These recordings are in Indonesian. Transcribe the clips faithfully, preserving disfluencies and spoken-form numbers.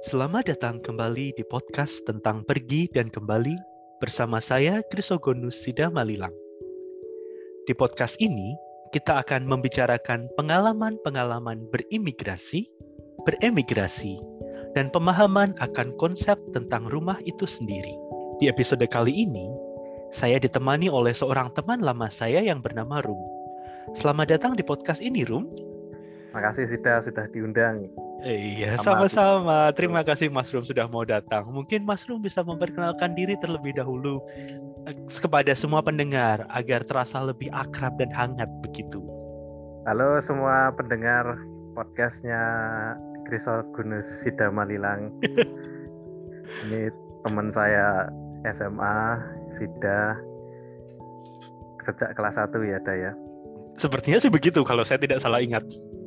Selamat datang kembali di podcast tentang pergi dan kembali bersama saya Krisogonus Sida Malilang. Di podcast ini, kita akan membicarakan pengalaman-pengalaman berimigrasi, beremigrasi, dan pemahaman akan konsep tentang rumah itu sendiri. Di episode kali ini, saya ditemani oleh seorang teman lama saya yang bernama Rum. Selamat datang di podcast ini, Rum. Makasih Sida sudah diundang. Iya, sama-sama. Terima kasih Mas Rum sudah mau datang. Mungkin Mas Rum bisa memperkenalkan diri terlebih dahulu kepada semua pendengar agar terasa lebih akrab dan hangat begitu. Halo semua pendengar podcastnya Krisogonus Sida Malilang. Ini teman saya S M A, Sida, sejak kelas satu ya, Da ya. Sepertinya sih begitu kalau saya tidak salah ingat.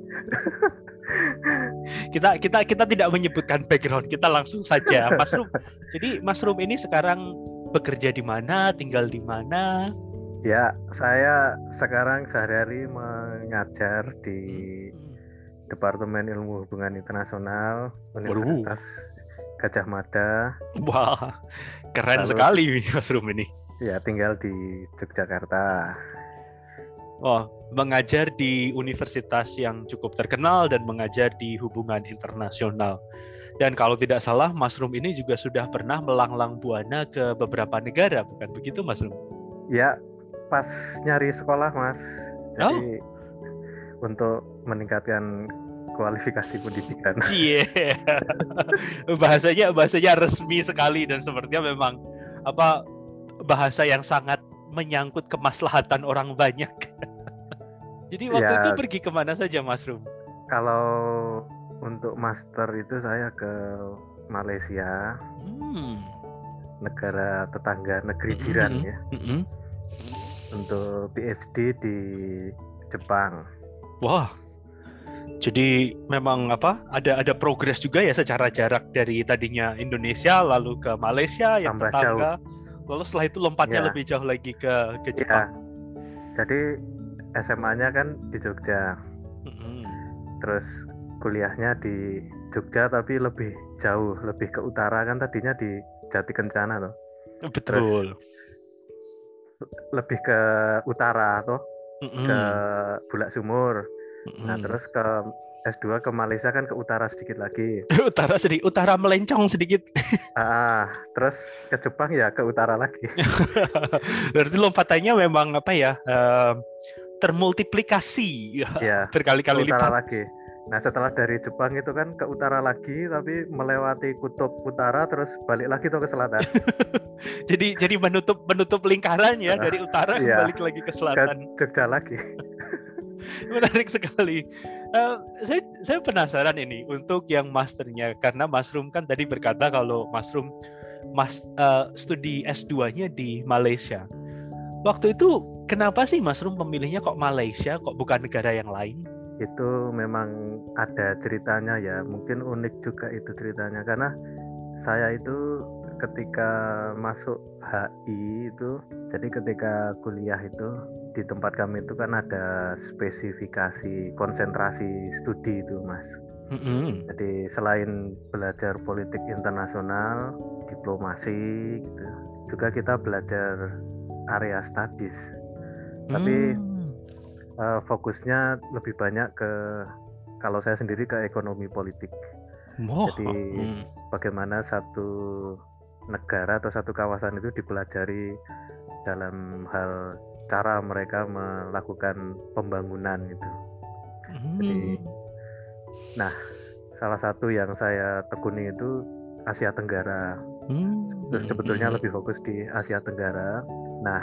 kita kita kita tidak menyebutkan background, kita langsung saja Mas Rum. Jadi Mas Rum ini sekarang bekerja di mana, tinggal di mana? Ya, saya sekarang sehari-hari mengajar di Departemen Ilmu Hubungan Internasional Universitas Waduh. Gajah Mada. Wah, keren Lalu, sekali Mas Rum ini. Ya, tinggal di Yogyakarta. Oh, mengajar di universitas yang cukup terkenal dan mengajar di hubungan internasional. Dan kalau tidak salah, Mas Rum ini juga sudah pernah melanglang buana ke beberapa negara, bukan begitu, Mas Rum? Ya, pas nyari sekolah, Mas. Jadi oh. untuk meningkatkan kualifikasi pendidikan. Iya. Yeah. bahasanya bahasanya resmi sekali dan sepertinya memang apa bahasa yang sangat menyangkut kemaslahatan orang banyak. Jadi waktu ya, itu pergi kemana saja Mas Rum? Kalau untuk master itu saya ke Malaysia, hmm. negara tetangga, negeri jiran mm-hmm. ya. Mm-hmm. Untuk P H D di Jepang. Wah, jadi memang apa? Ada ada progres juga ya secara jarak dari tadinya Indonesia lalu ke Malaysia yang tambah tetangga. Jauh. Lalu setelah itu lompatnya ya. lebih jauh lagi ke ke Jepang. Ya. Jadi S M A-nya kan di Jogja. Mm-hmm. Terus kuliahnya di Jogja tapi lebih jauh, lebih ke utara kan tadinya di Jatikencana loh. Betul. Terus lebih ke utara tuh, mm-hmm. ke Bulak Sumur. Mm-hmm. Nah, terus ke S dua ke Malaysia kan ke utara sedikit lagi. Utara sedikit, utara melencong sedikit. Ah, terus ke Jepang ya ke utara lagi. Berarti lompatannya memang apa ya? Uh, termultiplikasi ya, berkali-kali lipat lagi. Nah, setelah dari Jepang itu kan ke utara lagi, tapi melewati kutub utara terus balik lagi tuh ke selatan. jadi jadi menutup menutup lingkaran ya, dari utara ya, balik lagi ke selatan. Ke Jogja lagi. Menarik sekali. Uh, saya saya penasaran ini untuk yang masternya, karena Mas Rum kan tadi berkata kalau Mas Rum mas uh, studi S dua-nya di Malaysia. Waktu itu kenapa sih Mas Rum memilihnya kok Malaysia, kok bukan negara yang lain? Itu memang ada ceritanya ya, mungkin unik juga itu ceritanya, karena saya itu ketika masuk H I itu, jadi ketika kuliah itu di tempat kami itu kan ada spesifikasi konsentrasi studi itu, Mas. Mm-hmm. Jadi selain belajar politik internasional, diplomasi gitu, juga kita belajar area studies. Tapi hmm. uh, fokusnya lebih banyak ke, kalau saya sendiri ke ekonomi politik. Oh. Jadi hmm. bagaimana satu negara atau satu kawasan itu dipelajari dalam hal cara mereka melakukan pembangunan itu. Hmm. Jadi, nah salah satu yang saya tekuni itu Asia Tenggara. Hmm. Terus sebetulnya hmm. lebih fokus di Asia Tenggara. Nah,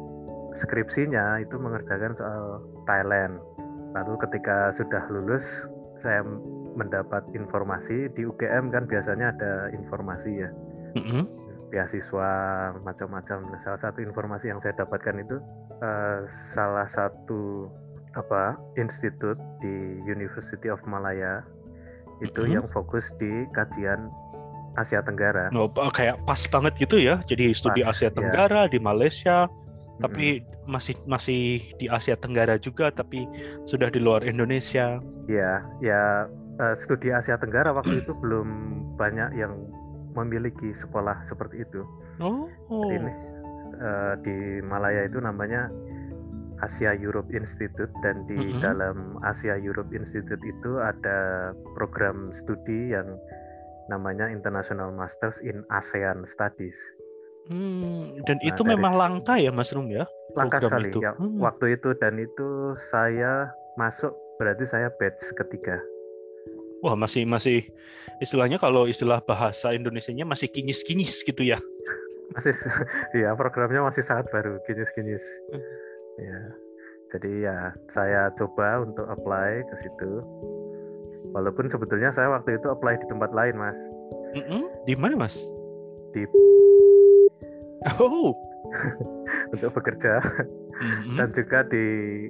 skripsinya itu mengerjakan soal Thailand. Lalu ketika sudah lulus, saya mendapat informasi di U G M kan biasanya ada informasi ya, mm-hmm. beasiswa macam-macam. Nah, salah satu informasi yang saya dapatkan itu uh, salah satu apa institut di University of Malaya itu mm-hmm. yang fokus di kajian Asia Tenggara. Oh, kayak pas banget gitu ya. Jadi studi pas, Asia Tenggara ya. Di Malaysia. Tapi hmm. masih masih di Asia Tenggara juga, tapi sudah di luar Indonesia. Ya, ya uh, studi Asia Tenggara waktu itu belum banyak yang memiliki sekolah seperti itu. Oh. Jadi ini uh, di Malaya itu namanya Asia Europe Institute, dan di Mm-hmm. dalam Asia Europe Institute itu ada program studi yang namanya International Masters in ASEAN Studies. Hmm, dan Nah, itu dari memang langka ya Mas Rum ya? langka Program sekali itu. ya Hmm. waktu itu, dan itu saya masuk berarti saya batch ketiga. Wah, masih masih istilahnya kalau istilah bahasa Indonesianya masih kinyis-kinyis gitu ya. Masih ya programnya masih sangat baru, kinyis-kinyis. Hmm. Ya. Jadi ya saya coba untuk apply ke situ. Walaupun sebetulnya saya waktu itu apply di tempat lain, Mas. Mm-mm. Di mana, Mas? Di Oh. untuk bekerja. Mm-hmm. Dan juga di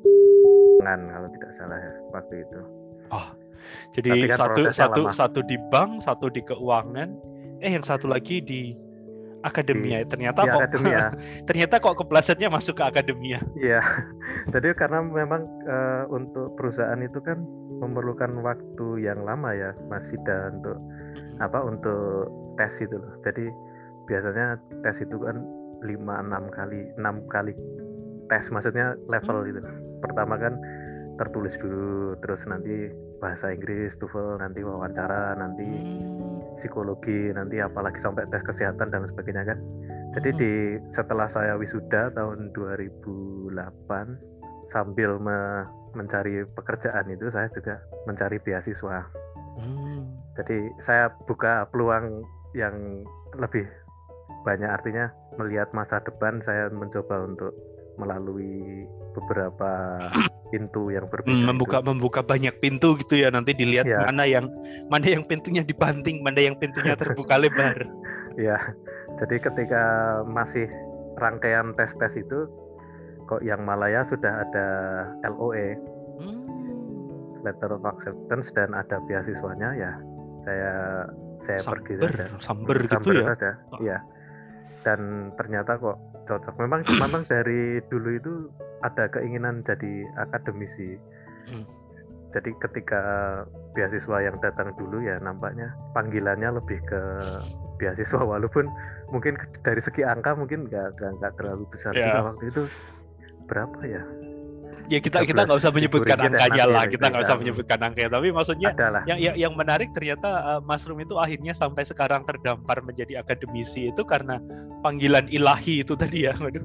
kalau tidak salah ya waktu itu. Oh. Jadi kan satu satu lama. satu di bank, satu di keuangan, eh yang satu lagi di akademia. Di, ternyata di kok akademia. ternyata kok keplesetnya masuk ke akademia. Iya. Jadi karena memang uh, untuk perusahaan itu kan memerlukan waktu yang lama ya, Mas Sida, untuk apa untuk tes itu loh. Jadi biasanya tes itu kan lima enam kali enam kali tes, maksudnya level gitu. Pertama kan tertulis dulu, terus nanti bahasa Inggris, TOEFL, nanti wawancara, nanti psikologi, nanti apalagi sampai tes kesehatan dan sebagainya kan. Jadi di setelah saya wisuda tahun dua ribu delapan, sambil me, mencari pekerjaan itu saya juga mencari beasiswa. Hmm. Jadi saya buka peluang yang lebih banyak, artinya melihat masa depan, saya mencoba untuk melalui beberapa pintu yang berbeda. Hmm, membuka itu. membuka banyak pintu gitu ya, nanti dilihat ya. mana yang mana yang pintunya dibanting, mana yang pintunya terbuka lebar. Ya. Jadi ketika masih rangkaian tes-tes itu, kok yang Malaya sudah ada L O E, hmm. Letter of Acceptance, dan ada beasiswanya, ya saya saya samber, pergi saja. Samber hmm, gitu samber ya. saja. Oh. Ya. Dan ternyata kok cocok. Memang memang dari dulu itu ada keinginan jadi akademisi. Hmm. Jadi ketika beasiswa yang datang dulu ya nampaknya panggilannya lebih ke beasiswa, walaupun mungkin dari segi angka mungkin nggak nggak terlalu besar ya. Juga waktu itu berapa ya? Ya kita kita nggak usah menyebutkan angkanya lah, kita nggak usah menyebutkan angkanya. Tapi maksudnya yang, yang yang menarik ternyata uh, Mas Rum itu akhirnya sampai sekarang terdampar menjadi akademisi itu karena panggilan ilahi itu tadi ya. Waduh.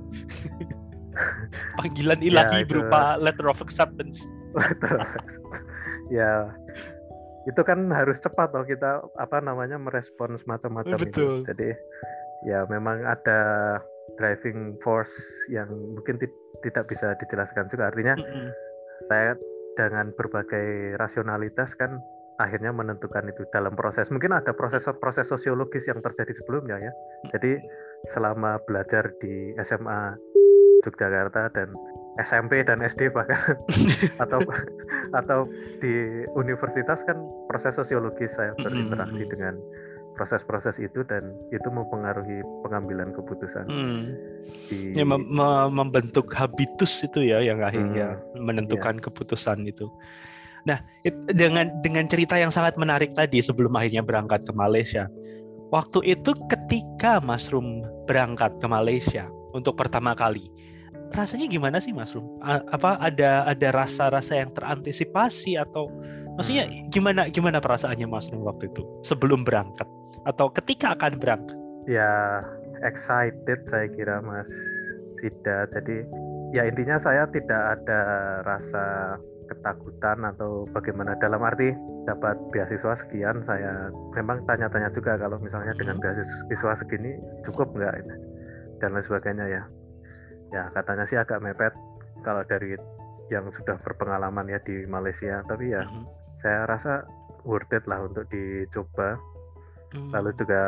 Panggilan ilahi ya, itu... berupa letter of acceptance. Letter of acceptance. Ya. Itu kan harus cepat loh kita apa namanya merespons macam-macam itu. Jadi ya memang ada driving force yang mungkin t- tidak bisa dijelaskan juga. Artinya mm-hmm. saya dengan berbagai rasionalitas kan akhirnya menentukan itu dalam proses. Mungkin ada proses-proses sosiologis yang terjadi sebelumnya ya. Jadi selama belajar di S M A Yogyakarta dan S M P dan S D bahkan atau atau di universitas kan proses sosiologis saya berinteraksi mm-hmm. dengan proses-proses itu, dan itu mempengaruhi pengambilan keputusan. Hmm. Di... Ya, mem- membentuk habitus itu ya yang akhirnya hmm. menentukan yeah. keputusan itu. Nah, it, dengan dengan cerita yang sangat menarik tadi sebelum akhirnya berangkat ke Malaysia. Waktu itu ketika Mas Rum berangkat ke Malaysia untuk pertama kali, rasanya gimana sih Mas Rum? A- apa ada ada rasa-rasa yang terantisipasi atau maksudnya hmm. gimana gimana perasaannya Mas Rum waktu itu sebelum berangkat atau ketika akan berangkat? Ya, excited saya kira Mas Sida. Jadi ya intinya saya tidak ada rasa ketakutan atau bagaimana, dalam arti dapat beasiswa sekian, saya memang tanya-tanya juga kalau misalnya hmm. dengan beasiswa segini cukup nggak dan lain sebagainya ya. Ya katanya sih agak mepet kalau dari yang sudah berpengalaman ya di Malaysia, tapi ya hmm. saya rasa worth it lah untuk dicoba. Hmm. Lalu juga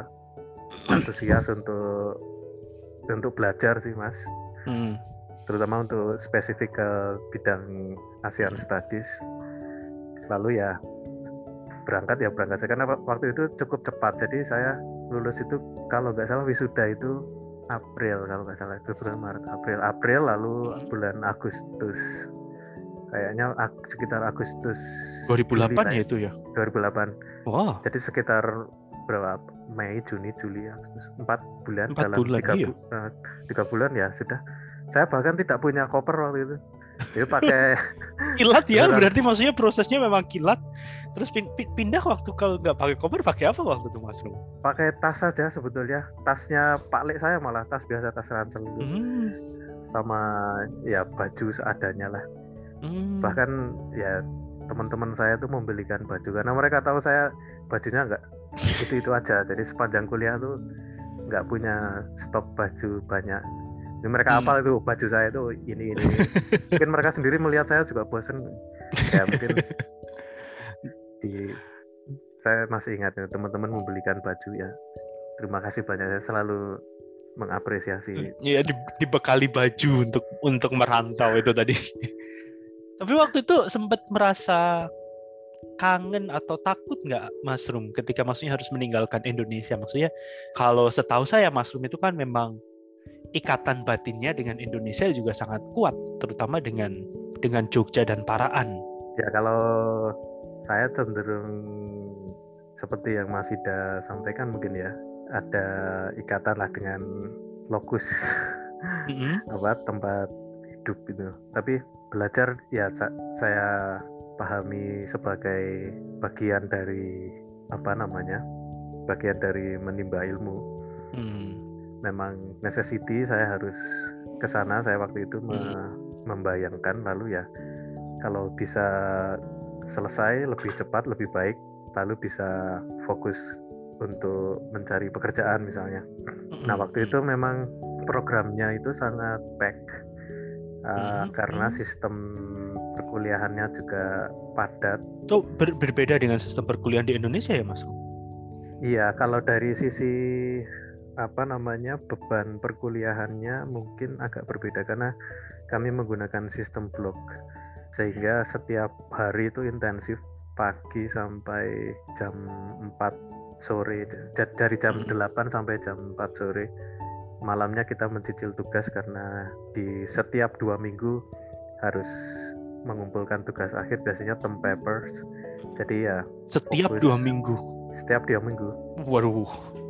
antusias untuk untuk belajar sih Mas. Hmm. Terutama untuk spesifik ke bidang ASEAN Studies. Lalu ya berangkat ya berangkat saya karena waktu itu cukup cepat. Jadi saya lulus itu kalau nggak salah wisuda itu April, kalau nggak salah itu bulan Maret, April, April lalu bulan Agustus kayaknya ag- sekitar Agustus dua ribu delapan Juli, ya itu ya. dua ribu delapan. Wah. Jadi sekitar berapa? Mei, Juni, Juli, Agustus, empat bulan Empat dalam bulan, tiga iya. bu- uh, tiga bulan ya sudah. Saya bahkan tidak punya koper waktu itu. Jadi pakai kilat ya, beneran. Berarti maksudnya prosesnya memang kilat. Terus pindah waktu kalau nggak pakai koper pakai apa waktu itu Mas Rum? Pakai tas saja sebetulnya. Tasnya Pak Lek saya malah tas biasa, tas ransel itu. Hmm. Sama ya baju seadanya lah. Hmm. Bahkan ya teman-teman saya tuh membelikan baju karena mereka tahu saya bajunya nggak itu-itu aja. Jadi sepanjang kuliah tuh nggak punya stok baju banyak. Jadi mereka hmm. hafal itu baju saya tuh ini ini. Mungkin mereka sendiri melihat saya juga bosen. Ya mungkin di saya masih ingat ya, teman-teman membelikan baju ya. Terima kasih banyak, saya selalu mengapresiasi. Ya dibekali baju untuk untuk merantau itu tadi. Tapi waktu itu sempat merasa kangen atau takut nggak Mas Rum ketika maksudnya harus meninggalkan Indonesia? Maksudnya kalau setahu saya Mas Rum itu kan memang ikatan batinnya dengan Indonesia juga sangat kuat, terutama dengan dengan Jogja dan Paraan. Ya kalau saya cenderung seperti yang Mas Ida sampaikan mungkin ya, ada ikatan lah dengan lokus mm-hmm. apa tempat hidup gitu. Tapi belajar ya saya pahami sebagai bagian dari apa namanya bagian dari menimba ilmu. Mm. Memang necessity, saya harus ke sana. Saya waktu itu mm. me- membayangkan lalu ya kalau bisa selesai lebih cepat lebih baik, lalu bisa fokus untuk mencari pekerjaan misalnya. Mm-hmm. Nah waktu itu memang programnya itu sangat pack uh, mm-hmm. karena sistem perkuliahannya juga padat. Itu ber- berbeda dengan sistem perkuliahan di Indonesia ya Mas? Iya, kalau dari sisi apa namanya beban perkuliahannya mungkin agak berbeda karena kami menggunakan sistem blok, sehingga setiap hari itu intensif pagi sampai jam empat sore, dari jam hmm. delapan sampai jam empat sore. Malamnya kita mencicil tugas karena di setiap dua minggu harus mengumpulkan tugas akhir, biasanya term papers. Jadi ya setiap fokus, dua minggu. Setiap dua minggu. Waduh.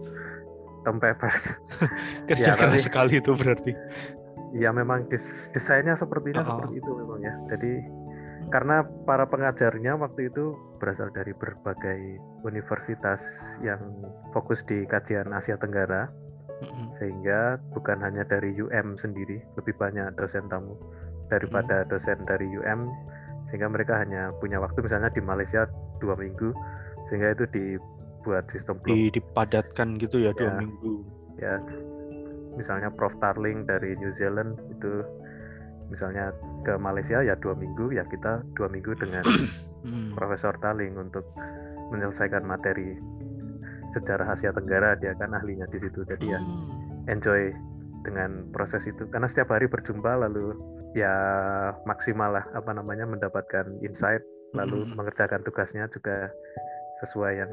Term papers. Kerja ya, keras tapi, sekali itu berarti. Ya memang des- desainnya sepertinya uh-oh. seperti itu memang ya. Jadi karena para pengajarnya waktu itu berasal dari berbagai universitas yang fokus di kajian Asia Tenggara, mm-hmm. sehingga bukan hanya dari U M sendiri, lebih banyak dosen tamu daripada mm-hmm. dosen dari U M, sehingga mereka hanya punya waktu misalnya di Malaysia dua minggu, sehingga itu dibuat sistem blok. Dipadatkan gitu ya, dua ya, minggu. Ya, misalnya Prof Tarling dari New Zealand itu misalnya ke Malaysia ya dua minggu, ya kita dua minggu dengan hmm. Profesor Tarling untuk menyelesaikan materi sejarah Asia Tenggara, dia kan ahlinya di situ. Jadi hmm. ya enjoy dengan proses itu karena setiap hari berjumpa, lalu ya maksimal lah apa namanya mendapatkan insight, lalu hmm. mengerjakan tugasnya juga sesuai yang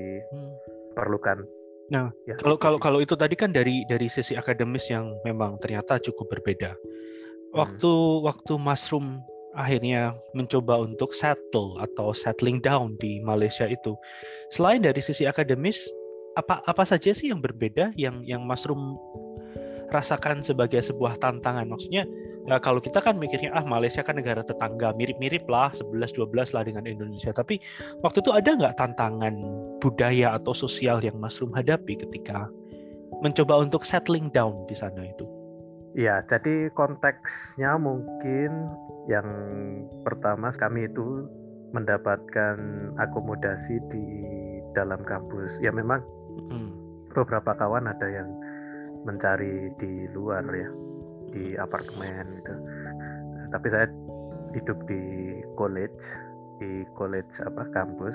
diperlukan. Nah, ya, kalau kalau kalau itu tadi kan dari dari sisi akademis yang memang ternyata cukup berbeda. Waktu hmm. waktu Mas Rum akhirnya mencoba untuk settle atau settling down di Malaysia itu, selain dari sisi akademis, apa apa saja sih yang berbeda yang yang Mas Rum rasakan sebagai sebuah tantangan? Maksudnya ya kalau kita kan mikirnya ah Malaysia kan negara tetangga, mirip-mirip lah, sebelas dua belas lah dengan Indonesia. Tapi waktu itu ada nggak tantangan budaya atau sosial yang Mas Rum hadapi ketika mencoba untuk settling down di sana itu? Ya, jadi konteksnya mungkin yang pertama kami itu mendapatkan akomodasi di dalam kampus. Ya memang hmm. beberapa kawan ada yang mencari di luar ya, di apartemen gitu. Tapi saya hidup di college, di college apa kampus.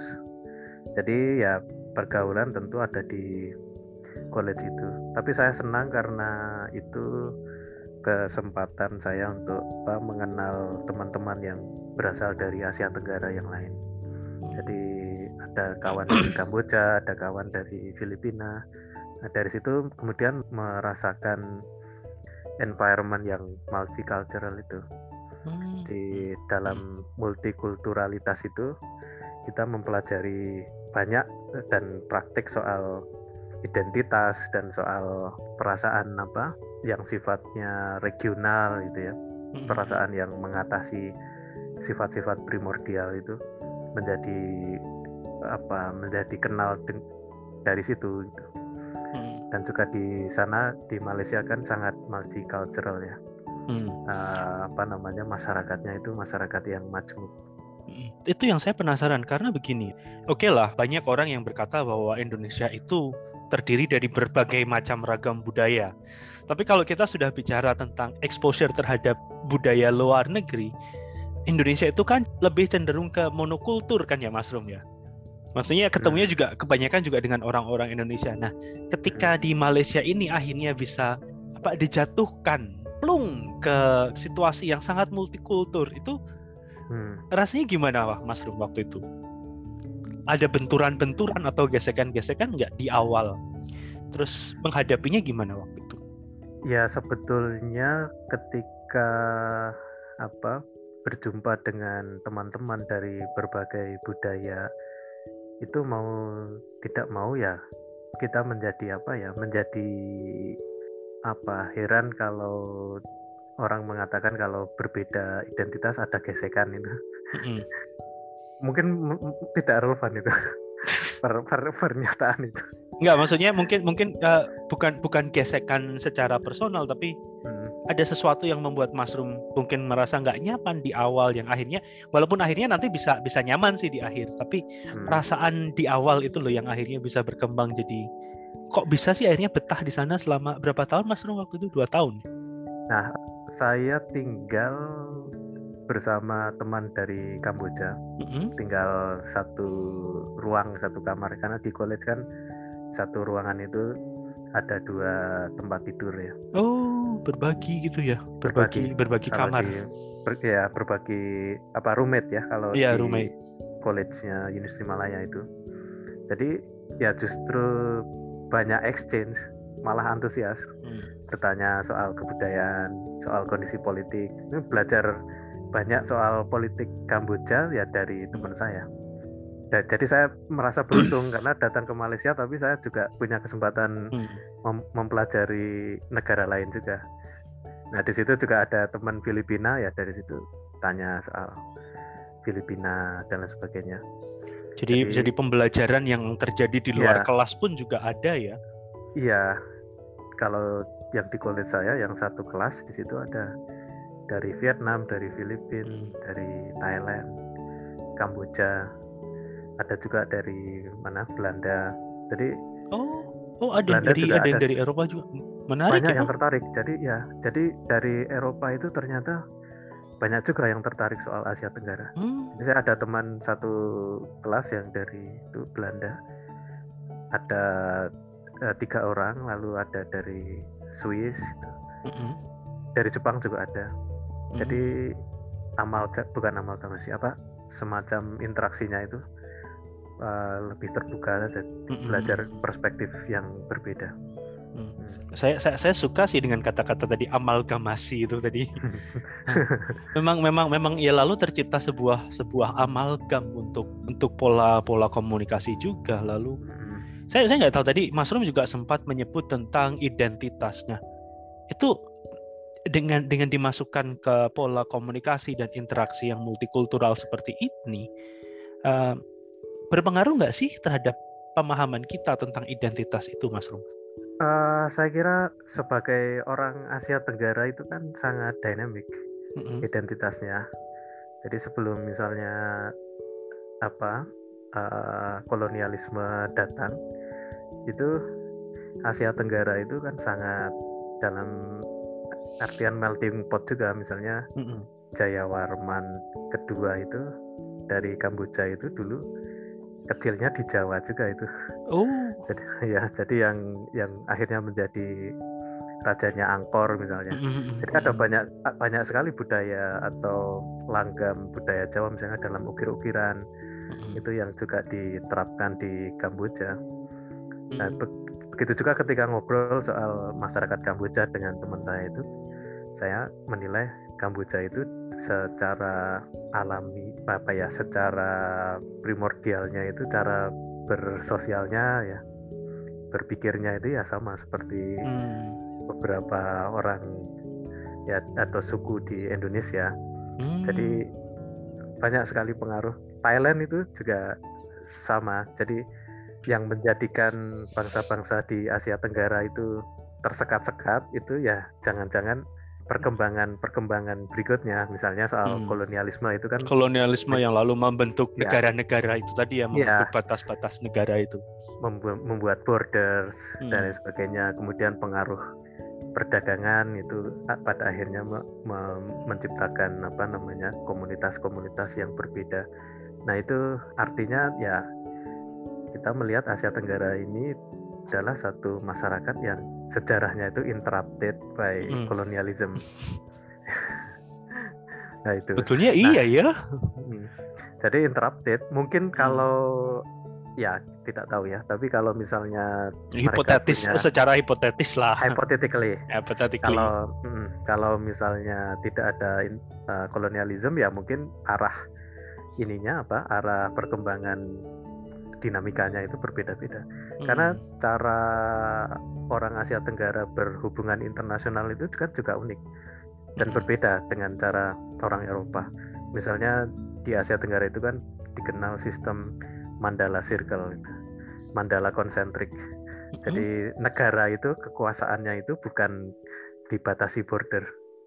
Jadi ya pergaulan tentu ada di college itu. Tapi saya senang karena itu kesempatan saya untuk apa, mengenal teman-teman yang berasal dari Asia Tenggara yang lain. Jadi ada kawan dari Kamboja, ada kawan dari Filipina. Nah, dari situ kemudian merasakan environment yang multicultural itu. Hmm. Di dalam multikulturalitas itu kita mempelajari banyak dan praktik soal identitas dan soal perasaan apa yang sifatnya regional gitu ya, perasaan yang mengatasi sifat-sifat primordial itu menjadi apa menjadi kenal de- dari situ gitu. Dan juga di sana di Malaysia kan sangat multicultural ya. Hmm. Uh, apa namanya masyarakatnya itu masyarakat yang majmuk. Itu yang saya penasaran karena begini, oke okay lah banyak orang yang berkata bahwa Indonesia itu terdiri dari berbagai macam ragam budaya. Tapi kalau kita sudah bicara tentang exposure terhadap budaya luar negeri, Indonesia itu kan lebih cenderung ke monokultur kan ya Mas Rum ya. Maksudnya ketemunya juga kebanyakan juga dengan orang-orang Indonesia. Nah, ketika di Malaysia ini akhirnya bisa apa dijatuhkan plung ke situasi yang sangat multikultur itu hmm. rasanya gimana Wah, Mas Rum waktu itu? Ada benturan-benturan atau gesekan-gesekan nggak di awal? Terus menghadapinya gimana waktu itu? Ya sebetulnya ketika apa berjumpa dengan teman-teman dari berbagai budaya itu mau tidak mau ya kita menjadi apa ya menjadi apa heran kalau orang mengatakan kalau berbeda identitas ada gesekan itu. Mm-hmm. Mungkin m- tidak relevan itu per, per, pernyataan itu. Enggak, maksudnya mungkin mungkin uh, bukan bukan gesekan secara personal tapi hmm. ada sesuatu yang membuat Mas Rum mungkin merasa nggak nyaman di awal yang akhirnya walaupun akhirnya nanti bisa bisa nyaman sih di akhir tapi hmm. perasaan di awal itu loh yang akhirnya bisa berkembang jadi kok bisa sih akhirnya betah di sana selama berapa tahun Mas Rum waktu itu dua tahun? Nah, saya tinggal bersama teman dari Kamboja, mm-hmm. tinggal satu ruang satu kamar karena di college kan satu ruangan itu ada dua tempat tidur ya. Oh, berbagi gitu ya, berbagi berbagi, berbagi kamar. Di, ber, ya berbagi apa roommate ya kalau yeah, di roommate. college-nya Universitas Malaya itu. Jadi ya justru banyak exchange, malah antusias hmm. bertanya soal kebudayaan, soal kondisi politik. Ini belajar banyak soal politik Kamboja ya dari teman saya. Dan, jadi saya merasa beruntung karena datang ke Malaysia, tapi saya juga punya kesempatan hmm. mem- mempelajari negara lain juga. Nah di situ juga ada teman Filipina ya dari situ tanya soal Filipina dan lain sebagainya. Jadi, jadi jadi pembelajaran yang terjadi di luar ya, kelas pun juga ada ya? Iya, kalau yang di college saya yang satu kelas di situ ada dari Vietnam, dari Filipina, hmm. dari Thailand, Kamboja, ada juga dari mana Belanda. Jadi oh, oh ada Belanda dari juga ada, ada dari Eropa juga. Menarik banyak ya, yang tertarik. Jadi ya, jadi dari Eropa itu ternyata banyak juga yang tertarik soal Asia Tenggara. Hmm. Jadi saya ada teman satu kelas yang dari itu Belanda, ada uh, tiga orang, lalu ada dari Swiss, gitu. Mm-hmm. Dari Jepang juga ada. Mm-hmm. Jadi amalga bukan amalgam sih apa semacam interaksinya itu uh, lebih terbuka saja, mm-hmm. belajar perspektif yang berbeda. Hmm. Saya, saya saya suka sih dengan kata-kata tadi amalgamasi itu tadi. memang memang memang ya lalu tercipta sebuah sebuah amalgam untuk untuk pola-pola komunikasi juga lalu. Hmm. Saya saya nggak tahu tadi Mas Rum juga sempat menyebut tentang identitasnya. Itu dengan dengan dimasukkan ke pola komunikasi dan interaksi yang multikultural seperti ini uh, berpengaruh nggak sih terhadap pemahaman kita tentang identitas itu, Mas Rum? Uh, saya kira sebagai orang Asia Tenggara itu kan sangat dinamik mm-hmm. identitasnya. Jadi sebelum misalnya apa uh, kolonialisme datang, itu Asia Tenggara itu kan sangat dalam artian melting pot juga. Misalnya mm-hmm. Jayawarman kedua itu dari Kamboja itu dulu kecilnya di Jawa juga itu. Oh. Jadi ya, jadi yang yang akhirnya menjadi rajanya Angkor misalnya. Mm-hmm. Jadi ada banyak banyak sekali budaya atau langgam budaya Jawa misalnya dalam ukir-ukiran mm-hmm. itu yang juga diterapkan di Kamboja. Mm-hmm. Nah, be- begitu juga ketika ngobrol soal masyarakat Kamboja dengan teman saya itu, saya menilai Kamboja itu secara alami apa ya, secara primordialnya itu cara bersosialnya ya, berpikirnya itu ya sama seperti Hmm. beberapa orang ya atau suku di Indonesia. Hmm. Jadi banyak sekali pengaruh. Thailand itu juga sama. Jadi yang menjadikan bangsa-bangsa di Asia Tenggara itu tersekat-sekat itu ya jangan-jangan perkembangan-perkembangan berikutnya, misalnya soal Hmm. kolonialisme itu kan kolonialisme yang lalu membentuk ya, negara-negara itu tadi ya, membentuk ya, batas-batas negara itu, membu- membuat borders Hmm. dan lain sebagainya. Kemudian pengaruh perdagangan itu pada akhirnya me- me- menciptakan apa namanya komunitas-komunitas yang berbeda. Nah itu artinya ya kita melihat Asia Tenggara ini adalah satu masyarakat yang sejarahnya itu interrupted by Hmm. colonialism. Nah itu. Betulnya Nah, iya ya. hmm. Jadi interrupted. Mungkin kalau hmm. ya tidak tahu ya. Tapi kalau misalnya hipotetis, punya, secara hipotetis lah. Hypothetically. Hypothetically. Kalau hmm, kalau misalnya tidak ada uh, kolonialisme ya mungkin arah ininya apa? Arah perkembangan dinamikanya itu berbeda-beda. Hmm. Karena cara orang Asia Tenggara berhubungan internasional itu kan juga unik dan hmm. berbeda dengan cara orang Eropa. Misalnya di Asia Tenggara itu kan dikenal sistem Mandala Circle, Mandala konsentrik. Hmm. Jadi negara itu kekuasaannya itu bukan dibatasi border.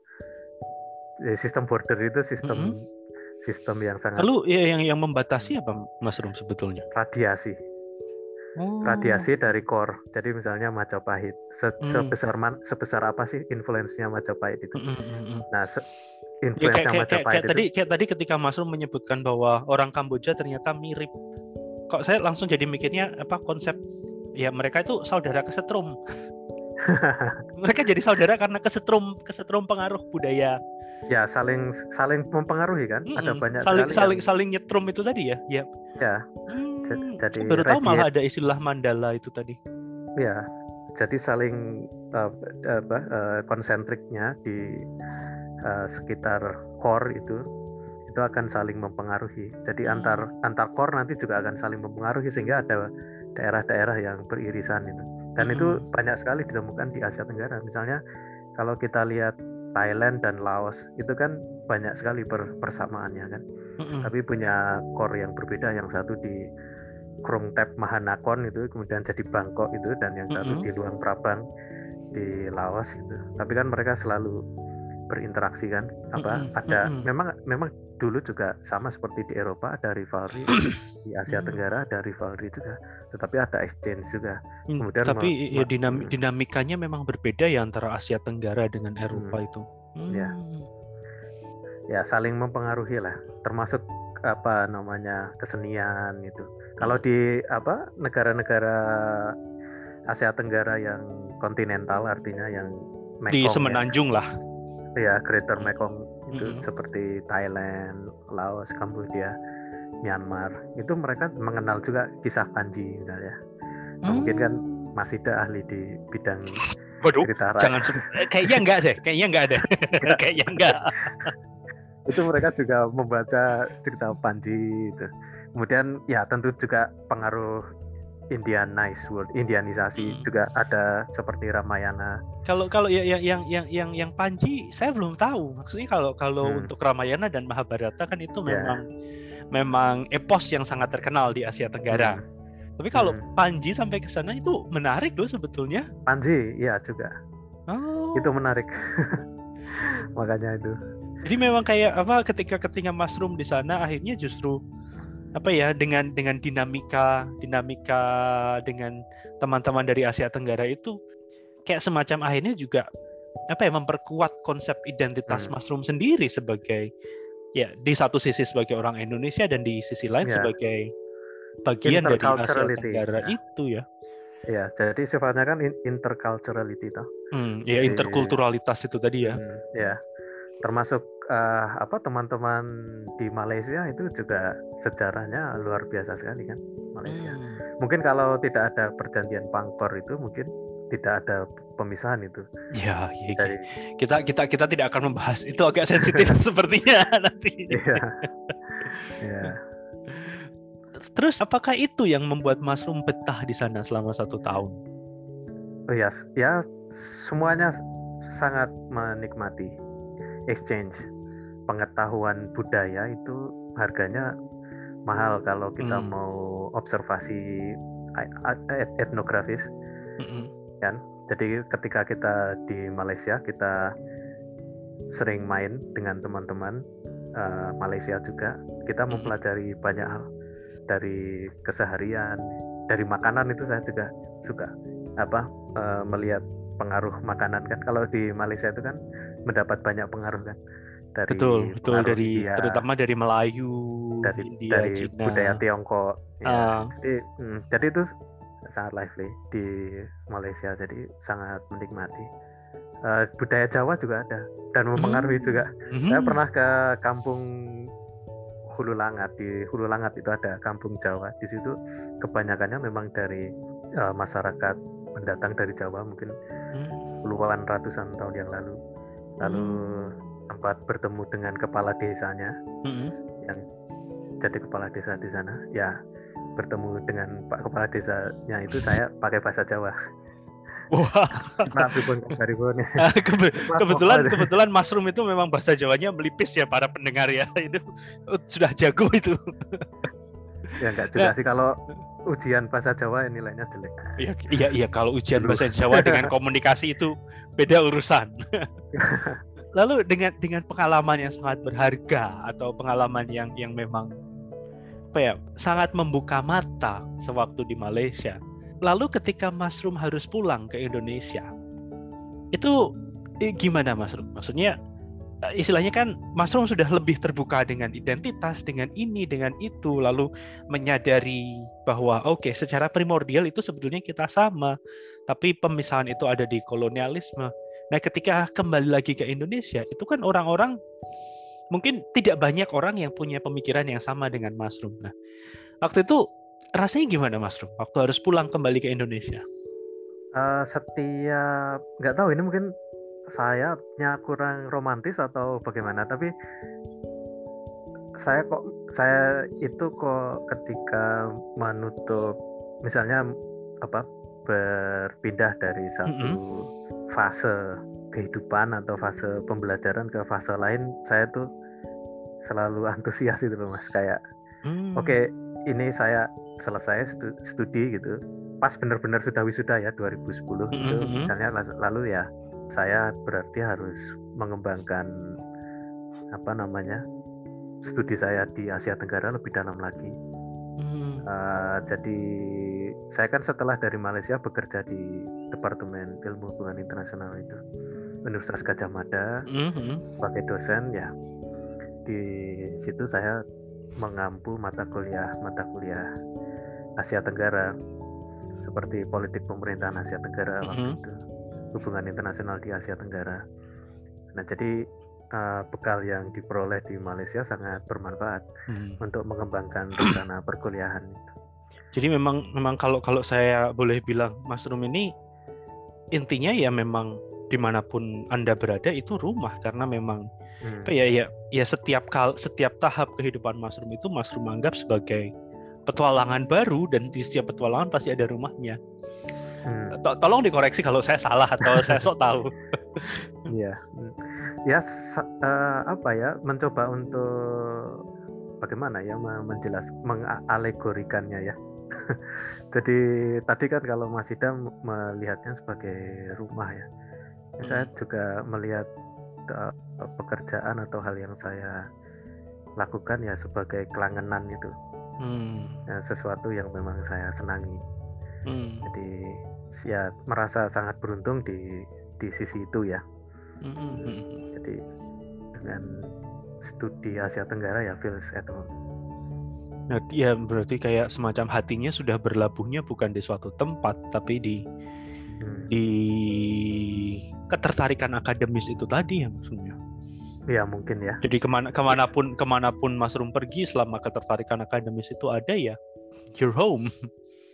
Sistem border itu sistem hmm. sistem yang sangat. Lalu ya, yang yang membatasi apa, Mas Rum, sebetulnya? Radiasi. Oh. Radiasi dari core. Jadi misalnya Majapahit, Se- hmm. sebesar man, sebesar apa sih influence-nya Majapahit itu? Hmm, hmm, hmm. Nah, se- influence-nya ya, kayak, Majapahit kayak, kayak itu. Tadi, kayak tadi ketika Mas Rum menyebutkan bahwa orang Kamboja ternyata mirip. Kok saya langsung jadi mikirnya apa konsep ya mereka itu saudara kesetrum. Mereka jadi saudara karena kesetrum kesetrum pengaruh budaya. Ya saling saling mempengaruhi kan. Mm-mm. Ada banyak saling sekali saling yang... saling nyetrum itu tadi ya. Ya. Ya. Hmm, jadi baru tahu radiate... malah ada istilah Mandala itu tadi. Ya. Jadi saling uh, apa uh, konsentriknya di uh, sekitar core itu itu akan saling mempengaruhi. Jadi hmm. antar antar core nanti juga akan saling mempengaruhi sehingga ada daerah-daerah yang beririsan itu. Dan hmm. itu banyak sekali ditemukan di Asia Tenggara. Misalnya kalau kita lihat Thailand dan Laos itu kan banyak sekali persamaannya kan. Hmm. Tapi punya core yang berbeda. Yang satu di Krung Thep Mahanakhon itu kemudian jadi Bangkok itu, dan yang satu hmm. di Luang Prabang di Laos itu. Tapi kan mereka selalu berinteraksi kan. Apa hmm. ada hmm. memang memang dulu juga sama seperti di Eropa ada rivalry, di Asia Tenggara ada rivalry juga, tetapi ada exchange juga. Kemudian tapi me- ya dinam- hmm. dinamikanya memang berbeda ya antara Asia Tenggara dengan Eropa hmm. itu. Hmm. Ya, ya saling mempengaruhi lah, termasuk apa namanya kesenian itu. Kalau di apa negara-negara Asia Tenggara yang kontinental artinya yang Mekong, di Semenanjung ya, lah. Ya, Greater Mekong itu mm-hmm. seperti Thailand, Laos, Kamboja, Myanmar, itu mereka mengenal juga kisah Panji misalnya. Nah, hmm. mungkin kan Mas Ida ahli di bidang Waduh, cerita jangan se- kayaknya enggak deh, kayaknya enggak ada. Kayaknya enggak. Itu mereka juga membaca cerita Panji itu. Kemudian ya tentu juga pengaruh Indianized word, Indianisasi hmm. juga ada seperti Ramayana. Kalau kalau ya yang yang yang yang yang Panji saya belum tahu. Maksudnya kalau kalau hmm. untuk Ramayana dan Mahabharata kan itu memang yeah. memang epos yang sangat terkenal di Asia Tenggara. Hmm. Tapi kalau hmm. Panji sampai ke sana itu menarik loh sebetulnya. Panji ya juga. Oh. Itu menarik. Makanya itu. Jadi memang kayak apa ketika ketika Mas Rum di sana akhirnya justru apa ya dengan dengan dinamika dinamika dengan teman-teman dari Asia Tenggara itu kayak semacam akhirnya juga apa ya memperkuat konsep identitas hmm. Mas Rum sendiri sebagai ya di satu sisi sebagai orang Indonesia dan di sisi lain yeah. sebagai bagian dari Asia Tenggara ya. Itu ya. Ya, jadi sifatnya kan interculturality toh. Hmm, ya jadi, interkulturalitas itu tadi ya. Hmm, ya. Termasuk uh, apa teman-teman di Malaysia itu juga sejarahnya luar biasa sekali kan Malaysia. Hmm. Mungkin kalau tidak ada perjanjian Pangkor itu mungkin tidak ada pemisahan itu. Ya, ya, ya. Dari kita kita kita tidak akan membahas itu, agak sensitif sepertinya nanti. Iya. Ya. Terus apakah itu yang membuat Mushroom betah di sana selama satu tahun? Oh ya, ya semuanya sangat menikmati exchange pengetahuan budaya itu harganya mahal kalau kita Hmm. mau observasi etnografis, Mm-mm. kan. Jadi ketika kita di Malaysia kita sering main dengan teman-teman uh, Malaysia juga, kita mempelajari banyak hal dari keseharian, dari makanan itu saya juga suka apa uh, melihat pengaruh makanan kan. Kalau di Malaysia itu kan mendapat banyak pengaruh kan dari Betul, betul pengaruh dari India, terutama dari Melayu, dari India, dari Cina. budaya Tiongkok. Ya, Uh, jadi hmm, jadi itu sangat lively di Malaysia, jadi sangat menikmati. Uh, budaya Jawa juga ada dan mempengaruhi hmm. juga. Hmm. Saya pernah ke kampung Hulu Langat. Di Hulu Langat itu ada kampung Jawa. Di situ kebanyakannya memang dari uh, masyarakat pendatang dari Jawa, mungkin puluhan ratusan tahun yang lalu. Lalu hmm. sempat bertemu dengan kepala desanya hmm. yang jadi kepala desa di sana. Ya, bertemu dengan Pak Kepala Desanya itu saya pakai bahasa Jawa. Wah. Nah, pripun karibun. Kebe- kebetulan kebetulan Mushroom itu memang bahasa Jawanya melipis ya para pendengar ya. Itu sudah jago itu. Ya enggak juga nah. sih kalau ujian bahasa Jawa nilainya jelek. Iya iya iya kalau ujian Dulu. bahasa Jawa dengan komunikasi itu beda urusan. Lalu dengan dengan pengalaman yang sangat berharga atau pengalaman yang yang memang apa ya, sangat membuka mata sewaktu di Malaysia. Lalu ketika Mushroom harus pulang ke Indonesia, itu eh, gimana Mushroom? Maksudnya istilahnya kan Mushroom sudah lebih terbuka dengan identitas, dengan ini, dengan itu, lalu menyadari bahwa oke, okay, secara primordial itu sebetulnya kita sama, tapi pemisahan itu ada di kolonialisme. Nah, ketika kembali lagi ke Indonesia, itu kan orang-orang mungkin tidak banyak orang yang punya pemikiran yang sama dengan Mushroom. Nah, waktu itu rasanya gimana Mushroom waktu harus pulang kembali ke Indonesia? Uh, setiap nggak tahu ini mungkin sayanya kurang romantis atau bagaimana, tapi saya kok saya itu kok ketika menutup misalnya apa berpindah dari satu mm-hmm. fase kehidupan atau fase pembelajaran ke fase lain, saya tuh selalu antusias itu loh Mas, kayak mm. oke okay, ini saya selesai studi gitu, pas benar-benar sudah wisuda ya dua ribu sepuluh mm-hmm. itu misalnya, lalu ya saya berarti harus mengembangkan apa namanya studi saya di Asia Tenggara lebih dalam lagi. Mm. Uh, jadi saya kan setelah dari Malaysia bekerja di Departemen Ilmu Hubungan Internasional itu Universitas Gadjah Mada mm-hmm. sebagai dosen ya. Di situ saya mengampu mata kuliah mata kuliah Asia Tenggara seperti politik pemerintahan Asia Tenggara mm-hmm. waktu itu, hubungan internasional di Asia Tenggara. Nah, jadi uh, bekal yang diperoleh di Malaysia sangat bermanfaat hmm. untuk mengembangkan rencana perkuliahan. Jadi memang memang kalau kalau saya boleh bilang, Mushroom ini intinya ya memang dimanapun Anda berada itu rumah, karena memang hmm. apa ya ya ya setiap kal setiap tahap kehidupan Mushroom itu Mushroom anggap sebagai petualangan baru, dan di setiap petualangan pasti ada rumahnya. Hmm. Tolong dikoreksi kalau saya salah atau saya sok tahu. Iya, ya uh, apa ya mencoba untuk bagaimana ya menjelas mengalegorikannya ya. Jadi tadi kan kalau Mas Ida melihatnya sebagai rumah ya, ya hmm. saya juga melihat uh, pekerjaan atau hal yang saya lakukan ya sebagai kelangenan itu, hmm. ya, sesuatu yang memang saya senangi. Hmm. Jadi ya merasa sangat beruntung di di sisi itu ya. Mm-hmm. Jadi dengan studi Asia Tenggara ya feels at home. Nah, ya berarti kayak semacam hatinya sudah berlabuhnya bukan di suatu tempat, tapi di hmm. di ketertarikan akademis itu tadi ya maksudnya. Ya mungkin ya. Jadi kemana kemanapun kemanapun Mushroom pergi selama ketertarikan akademis itu ada ya, your home.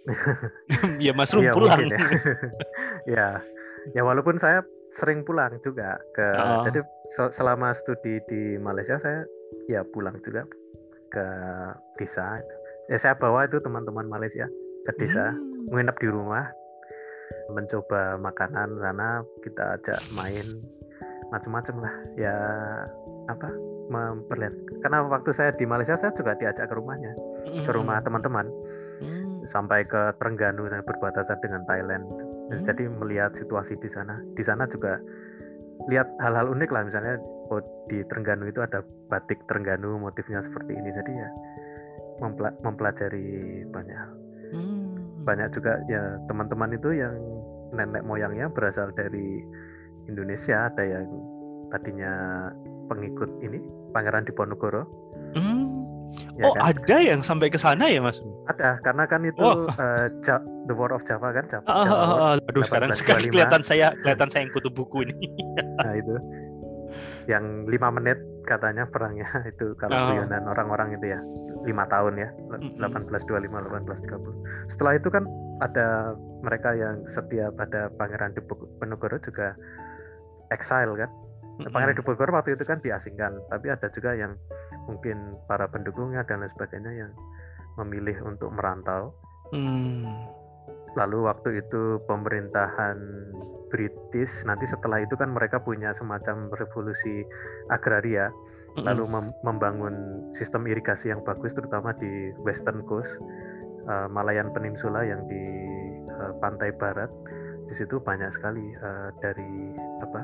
Ya Masrum Iya pulang. mungkin ya. Ya, ya walaupun saya sering pulang juga ke, Oh. jadi se- selama studi di Malaysia saya ya pulang juga ke desa. Ya saya bawa itu teman-teman Malaysia ke desa, Hmm. menginap di rumah, mencoba makanan sana, kita ajak main macam-macam lah. Ya apa? Memperlihat. Karena waktu saya di Malaysia saya juga diajak ke rumahnya, ke rumah Hmm. teman-teman. Hmm. Sampai ke Terengganu yang berbatasan dengan Thailand. Hmm. Jadi melihat situasi di sana. Di sana juga lihat hal-hal unik lah, misalnya oh, di Terengganu itu ada batik Terengganu, motifnya seperti ini. Jadi ya mempela- mempelajari banyak hal. Hmm. Banyak juga ya teman-teman itu yang nenek moyangnya berasal dari Indonesia, ada yang tadinya pengikut ini Pangeran Diponegoro. Hmm. Ya Oh, kan? ada yang sampai ke sana ya, Mas? Ada, karena kan itu Wah. uh, Ja- The War of Java kan, Java, Ah, ah, Java ah, War ah. Aduh, sekarang sekarang delapan belas dua puluh lima. kelihatan saya kelihatan saya yang kutu buku ini. Nah itu yang lima menit katanya perangnya itu kalau Oh. guyonan orang-orang itu ya lima tahun ya, delapan belas dua puluh lima delapan belas tiga puluh. Setelah itu kan ada mereka yang setia pada Pangeran Diponegoro juga exile kan. Pangeran Diponegoro waktu itu kan diasingkan, tapi ada juga yang mungkin para pendukungnya dan lain sebagainya yang memilih untuk merantau. Hmm. Lalu waktu itu pemerintahan British, nanti setelah itu kan mereka punya semacam revolusi agraria, lalu mem- membangun sistem irigasi yang bagus, terutama di Western Coast, uh, Malayan Peninsula yang di uh, pantai barat. Di situ banyak sekali uh, dari apa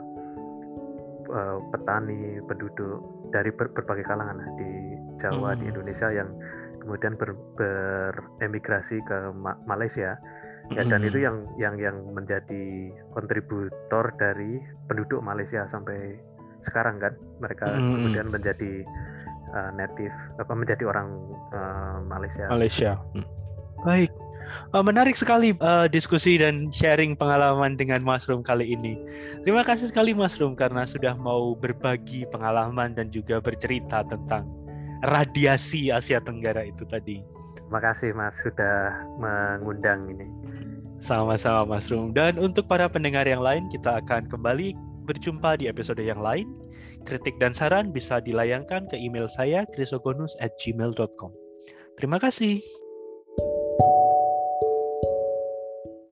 uh, petani, penduduk dari ber- berbagai kalangan di Jawa, Hmm. di Indonesia yang kemudian ber- beremigrasi ke Ma- Malaysia. Ya, dan itu yang yang yang menjadi kontributor dari penduduk Malaysia sampai sekarang kan, mereka Mm-mm. kemudian menjadi uh, native apa menjadi orang uh, Malaysia. Malaysia. Hmm. Baik, uh, menarik sekali uh, diskusi dan sharing pengalaman dengan Mas Rum kali ini. Terima kasih sekali Mas Rum karena sudah mau berbagi pengalaman dan juga bercerita tentang radiasi Asia Tenggara itu tadi. Terima kasih Mas sudah mengundang ini. Sama-sama Mas Rum. Dan untuk para pendengar yang lain, kita akan kembali berjumpa di episode yang lain. Kritik dan saran bisa dilayangkan ke email saya krisogonus at gmail dot com. Terima kasih.